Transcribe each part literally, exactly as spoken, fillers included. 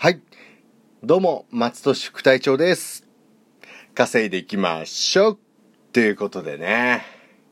はい。どうも、松戸市副隊長です。稼いでいきましょうということでね。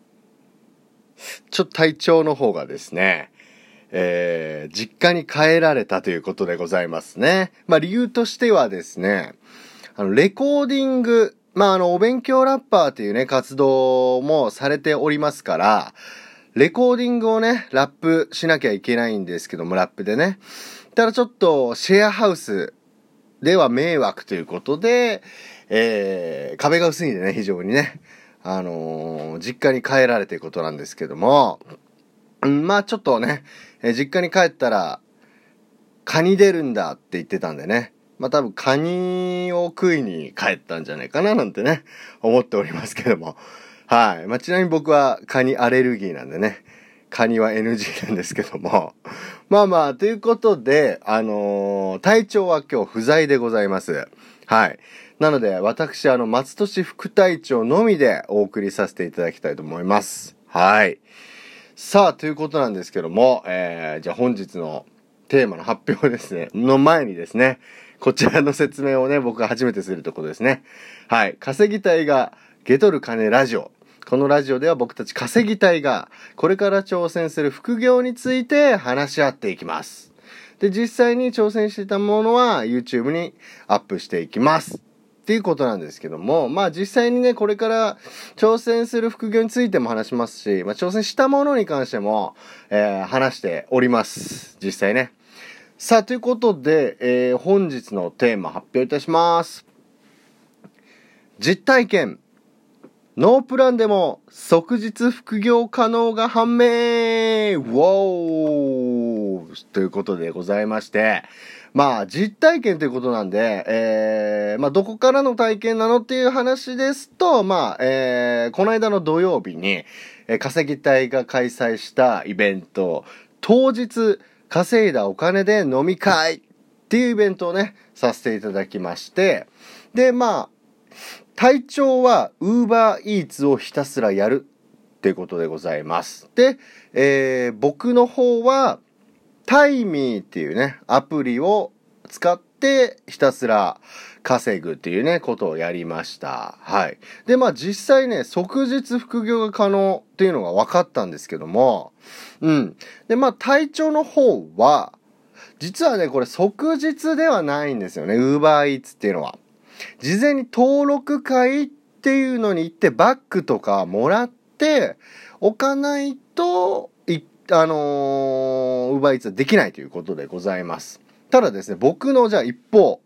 ちょっと体調の方がですね、えー、実家に帰られたということでございますね。まあ理由としてはですね、あの、レコーディング、まああの、お勉強ラッパーというね、活動もされておりますから、レコーディングをね、ラップしなきゃいけないんですけども、ラップでね。ただちょっと、シェアハウスでは迷惑ということで、えー、壁が薄いんでね、非常にね、あのー、実家に帰られていることなんですけども、うん、まあちょっとね、えー、実家に帰ったら、カニ出るんだって言ってたんでね、まあ多分カニを食いに帰ったんじゃないかななんてね、思っておりますけども、はい。まあちなみに僕はカニアレルギーなんでね、カニは エヌジー なんですけども。まあまあ、ということで、あのー、隊長は今日不在でございます。はい。なので、私、あの、松戸市副隊長のみでお送りさせていただきたいと思います。はい。さあ、ということなんですけども、えー、じゃあ本日のテーマの発表ですね、の前にですね、こちらの説明をね、僕が初めてするところですね。はい。稼ぎたいが、ゲトる金ラジオ。このラジオでは僕たち稼ぎたいがこれから挑戦する副業について話し合っていきます。で、実際に挑戦していたものは YouTube にアップしていきます。っていうことなんですけども、まあ実際にね、これから挑戦する副業についても話しますし、まあ挑戦したものに関しても、えー、話しております。実際ね。さあ、ということで、えー、本日のテーマ発表いたします。実体験。ノープランでも即日副業可能が判明ウォーということでございまして、まあ実体験ということなんで、えー、まあどこからの体験なのっていう話ですと、まあ、えー、この間の土曜日に、えー、稼ぎ隊が開催したイベント、当日稼いだお金で飲み会っていうイベントをね、させていただきまして、で、まあ、隊長は Uber Eats をひたすらやるっていうことでございます。で、えー、僕の方は Timee っていうね、アプリを使ってひたすら稼ぐっていうね、ことをやりました。はい。で、まあ実際ね、即日副業が可能っていうのが分かったんですけども、うん。で、まあ隊長の方は、実はね、これ即日ではないんですよね、Uber Eats っていうのは。事前に登録会っていうのに行ってバッグとかもらっておかないといあのー、Uber Eatsはできないということでございます。ただですね、僕のじゃあ一方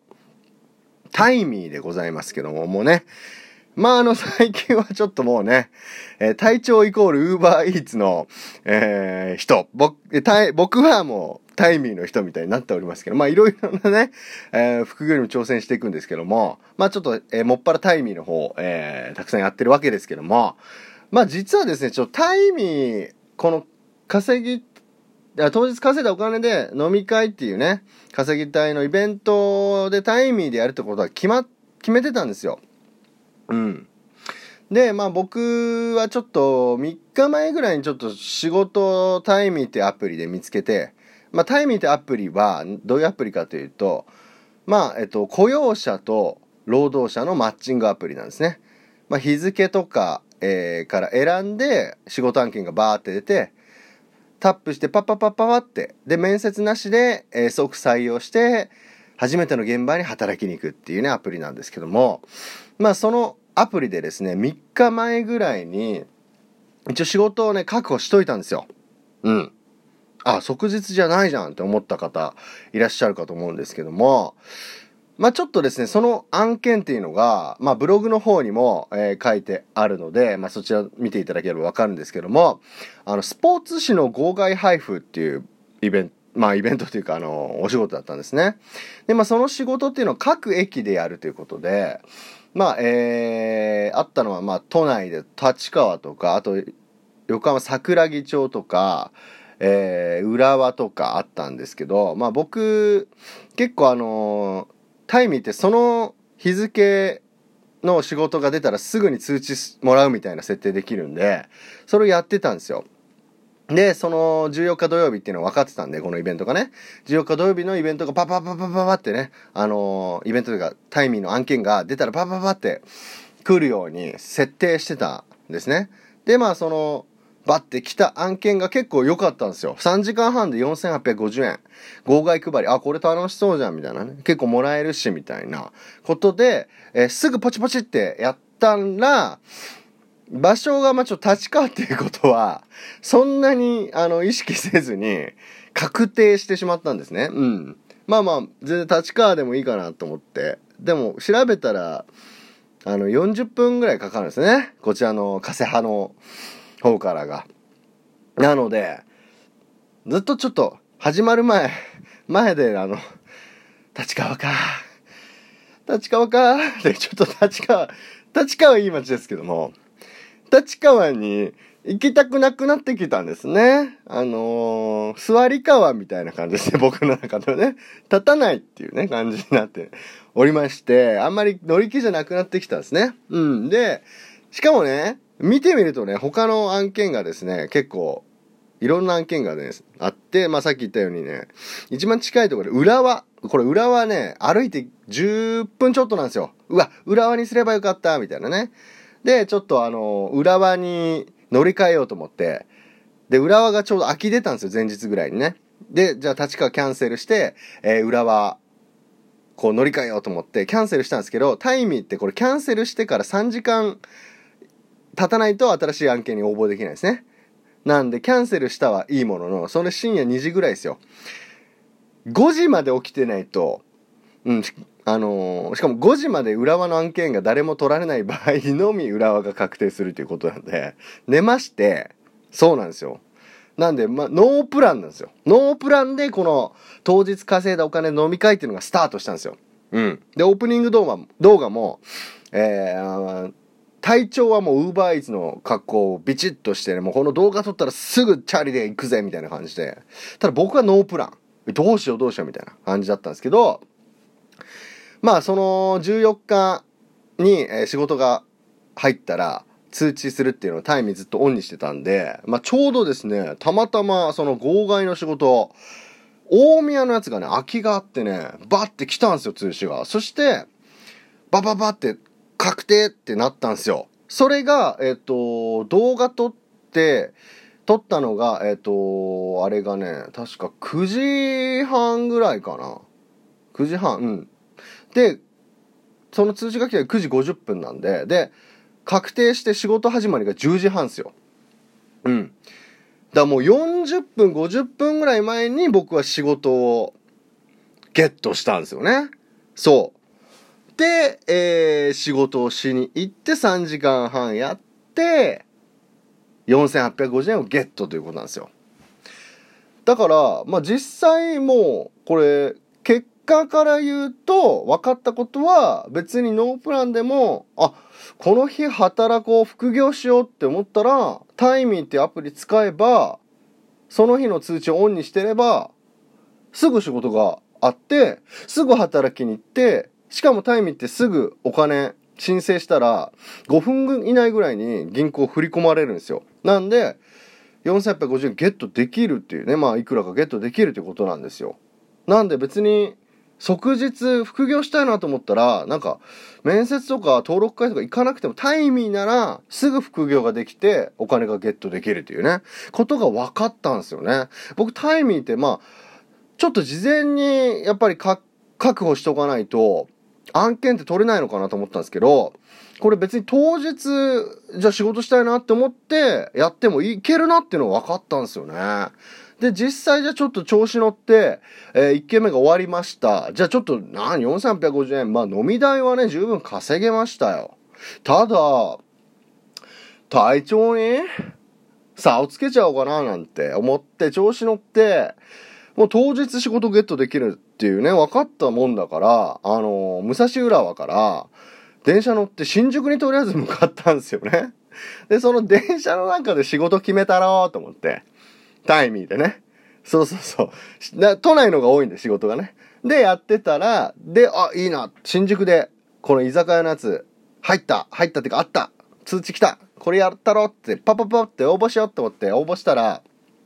Timeeでございますけども、もうね、まああの最近はちょっともうね、えー、隊長イコール Uber Eats の、えー、人、僕、僕はもうタイミーの人みたいになっておりますけど、まあいろいろなね、えー、副業にも挑戦していくんですけども、まあちょっと、えー、もっぱらタイミーの方、えー、たくさんやってるわけですけども、まあ実はですね、ちょっとタイミー、この稼ぎ、当日稼いだお金で飲み会っていうね、稼ぎ隊のイベントでタイミーでやるってことは決ま、決めてたんですよ。うん。で、まあ僕はちょっとみっかまえぐらいにちょっと仕事タイミーってアプリで見つけて、まあ、タイミーってアプリはどういうアプリかというと、まあ、えっと、雇用者と労働者のマッチングアプリなんですね。まあ、日付とか、えー、から選んで仕事案件がバーって出て、タップしてパッパッパッパッって、で、面接なしで、えー、即採用して、初めての現場に働きに行くっていうね、アプリなんですけども、まあ、そのアプリでですね、みっかまえぐらいに、一応仕事をね、確保しといたんですよ。うん。あ、即日じゃないじゃんって思った方いらっしゃるかと思うんですけども、まあちょっとですね、その案件っていうのが、まあブログの方にも、えー、書いてあるので、まあそちら見ていただければわかるんですけども、あの、スポーツ紙の号外配布っていうイベント、まあイベントというかあの、お仕事だったんですね。で、まあその仕事っていうのを各駅でやるということで、まあ、えー、あったのはまあ都内で立川とか、あと横浜桜木町とか、えー、浦和とかあったんですけど、まあ僕、結構あのー、タイミーってその日付の仕事が出たらすぐに通知もらうみたいな設定できるんで、それをやってたんですよ。 で、そのじゅうよっか土曜日っていうのは分かってたんで、このイベントがね。じゅうよっか土曜日のイベントがパパパパパパってね、あのー、イベントというか、タイミーの案件が出たらパパパって来るように設定してたんですね。で、まあその、バッて来た案件が結構良かったんですよ。さんじかんはんでよんせんはっぴゃくごじゅうえん。号外配り。あ、これ楽しそうじゃん、みたいなね。結構もらえるし、みたいなことで、えー、すぐポチポチってやったら、場所がまあちょっと立川っていうことはそんなにあの意識せずに確定してしまったんですね。うん。まあまあ全然立川でもいいかなと思って、でも調べたらあのよんじゅっぷんぐらいかかるんですね。こちらの加瀬派の方からが。なのでずっとちょっと始まる前前であの立川か立川かでちょっと立川立川いい街ですけども。立川に行きたくなくなってきたんですね。あのー、座り川みたいな感じですね、僕の中でね。立たないっていうね、感じになっておりまして、あんまり乗り気じゃなくなってきたんですね。うん。で、しかもね、見てみるとね、他の案件がですね、結構、いろんな案件がね、あって、まあ、さっき言ったようにね、一番近いところで、浦和。これ浦和ね、歩いてじゅっぷんちょっとなんですよ。うわ、浦和にすればよかった、みたいなね。で、ちょっとあの、浦和に乗り換えようと思って、で、浦和がちょうど空き出たんですよ、前日ぐらいにね。で、じゃあ立川キャンセルして、えー、浦和、こう乗り換えようと思って、キャンセルしたんですけど、タイミーってこれキャンセルしてからさんじかん経たないと新しい案件に応募できないですね。なんで、キャンセルしたはいいものの、それ深夜にじぐらいですよ。ごじまで起きてないと、うん、あのー、しかもごじまで浦和の案件が誰も取られない場合のみ浦和が確定するということなんで、寝まして、そうなんですよ。なんで、ま、ノープランなんですよ。ノープランでこの当日稼いだお金飲み会っていうのがスタートしたんですよ。うん。で、オープニング動画動画も、えー、体調はもうウーバーイーツの格好をビチッとしてね、もうこの動画撮ったらすぐチャリで行くぜみたいな感じで、ただ僕はノープラン。どうしようどうしようみたいな感じだったんですけど、まあそのじゅうよっかに仕事が入ったら通知するっていうのをタイミーずっとオンにしてたんで、まあちょうどですね、たまたまその号外の仕事、大宮のやつがね、空きがあってね、バッて来たんですよ、通知が。そして、バババって確定ってなったんですよ。それが、えっと、動画撮って、撮ったのが、えっと、あれがね、確かくじはんぐらいかな。くじはん、うん。で、その通知が来てくじごじゅっぷんなんで、で、確定して仕事始まりがじゅうじはんですよ。うん。だからもうよんじゅっぷん、ごじゅっぷんぐらい前に僕は仕事をゲットしたんですよね。そう。で、えー、仕事をしに行ってさんじかんはんやって、よんせんはっぴゃくごじゅうえんをゲットということなんですよ。だから、まあ、実際もう、これ、結果から言うと、分かったことは、別にノープランでも、あ、この日働こう、副業しようって思ったら、タイミーってアプリ使えば、その日の通知をオンにしてれば、すぐ仕事があって、すぐ働きに行って、しかもタイミーってすぐお金申請したら、ごふん以内ぐらいに銀行振り込まれるんですよ。なんで、よんせんはっぴゃくごじゅうえんゲットできるっていうね、まあいくらかゲットできるってことなんですよ。なんで別に即日副業したいなと思ったら、なんか面接とか登録会とか行かなくてもタイミーならすぐ副業ができてお金がゲットできるっていうね、ことが分かったんですよね。僕タイミーってまあちょっと事前にやっぱりか確保しとかないと案件って取れないのかなと思ったんですけど、これ別に当日じゃあ仕事したいなって思ってやってもいけるなっていうのが分かったんですよね。で実際じゃあちょっと調子乗って、えー、いっけんめが終わりました。じゃあちょっとなよんせんはっぴゃくごじゅうえん、まあ飲み代はね十分稼げましたよ。ただ体調に差をつけちゃおうかななんて思って調子乗って、もう当日仕事ゲットできるっていうね分かったもんだから、あのー、武蔵浦和から電車乗って新宿にとりあえず向かったんですよね。で、その電車の中で仕事決めたろうと思って、タイミーでね。そうそうそう。都内のが多いんで仕事がね。で、やってたら、で、あ、いいな。新宿で、この居酒屋のやつ、入った。入ったってか、あった。通知来た。これやったろって、パパパって応募しようって思って応募したら、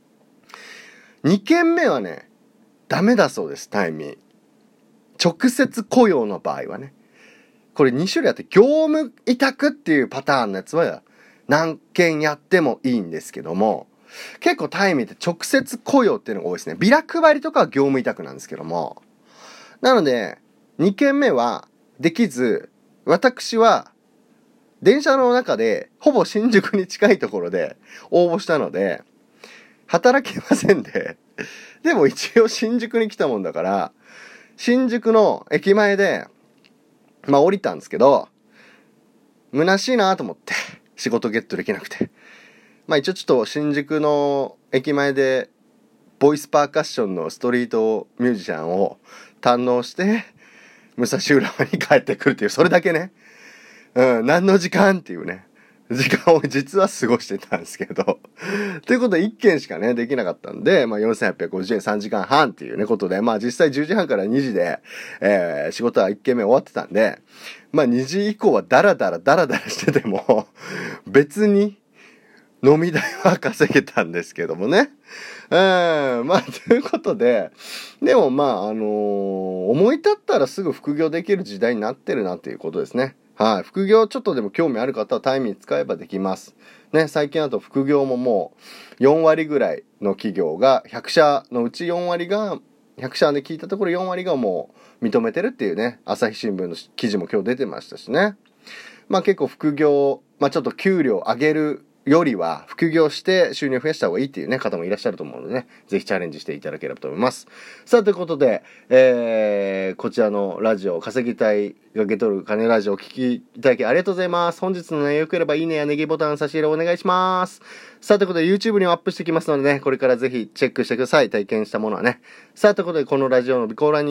にけんめはね、ダメだそうです、タイミー。直接雇用の場合はね。これに種類あって、業務委託っていうパターンのやつは何件やってもいいんですけども、結構タイミーって直接雇用っていうのが多いですね。ビラ配りとかは業務委託なんですけども。なので、にけんめはできず、私は電車の中でほぼ新宿に近いところで応募したので、働けませんで、でも一応新宿に来たもんだから、新宿の駅前で、まあ降りたんですけど、虚しいなと思って、仕事ゲットできなくて。まあ一応ちょっと新宿の駅前で、ボイスパーカッションのストリートミュージシャンを堪能して、武蔵浦和に帰ってくるっていう、それだけね。うん、何の時間っていうね。時間を実は過ごしてたんですけど。ということでいっけんしかね、できなかったんで、まあよんせんはっぴゃくごじゅうえんさんじかんはんっていうね、ことで、まあ実際じゅうじはんからにじで、えー、仕事はいっけんめ終わってたんで、まあにじ以降はダラダラダラダラしてても、別に飲み代は稼げたんですけどもね。うん、まあということで、でもまああのー、思い立ったらすぐ副業できる時代になってるなっていうことですね。はい。副業ちょっとでも興味ある方はタイミー使えばできます。ね、最近だと副業ももうよんわりぐらいの企業がひゃくしゃのうちよんわりが、ひゃくしゃで聞いたところよんわりがもう認めてるっていうね、朝日新聞の記事も今日出てましたしね。まあ結構副業、まあちょっと給料上げるよりは副業して収入を増やした方がいいっていうね方もいらっしゃると思うのでね、ぜひチャレンジしていただければと思います。さあということで、えー、こちらのラジオ稼ぎたいが受け取る金ラジオをお聞きいただきありがとうございます。本日の内容良ければいいねやネギボタン差し入れお願いします。さあということで YouTube にもアップしてきますのでね、これからぜひチェックしてください。体験したものはね。さあということでこのラジオの備考欄に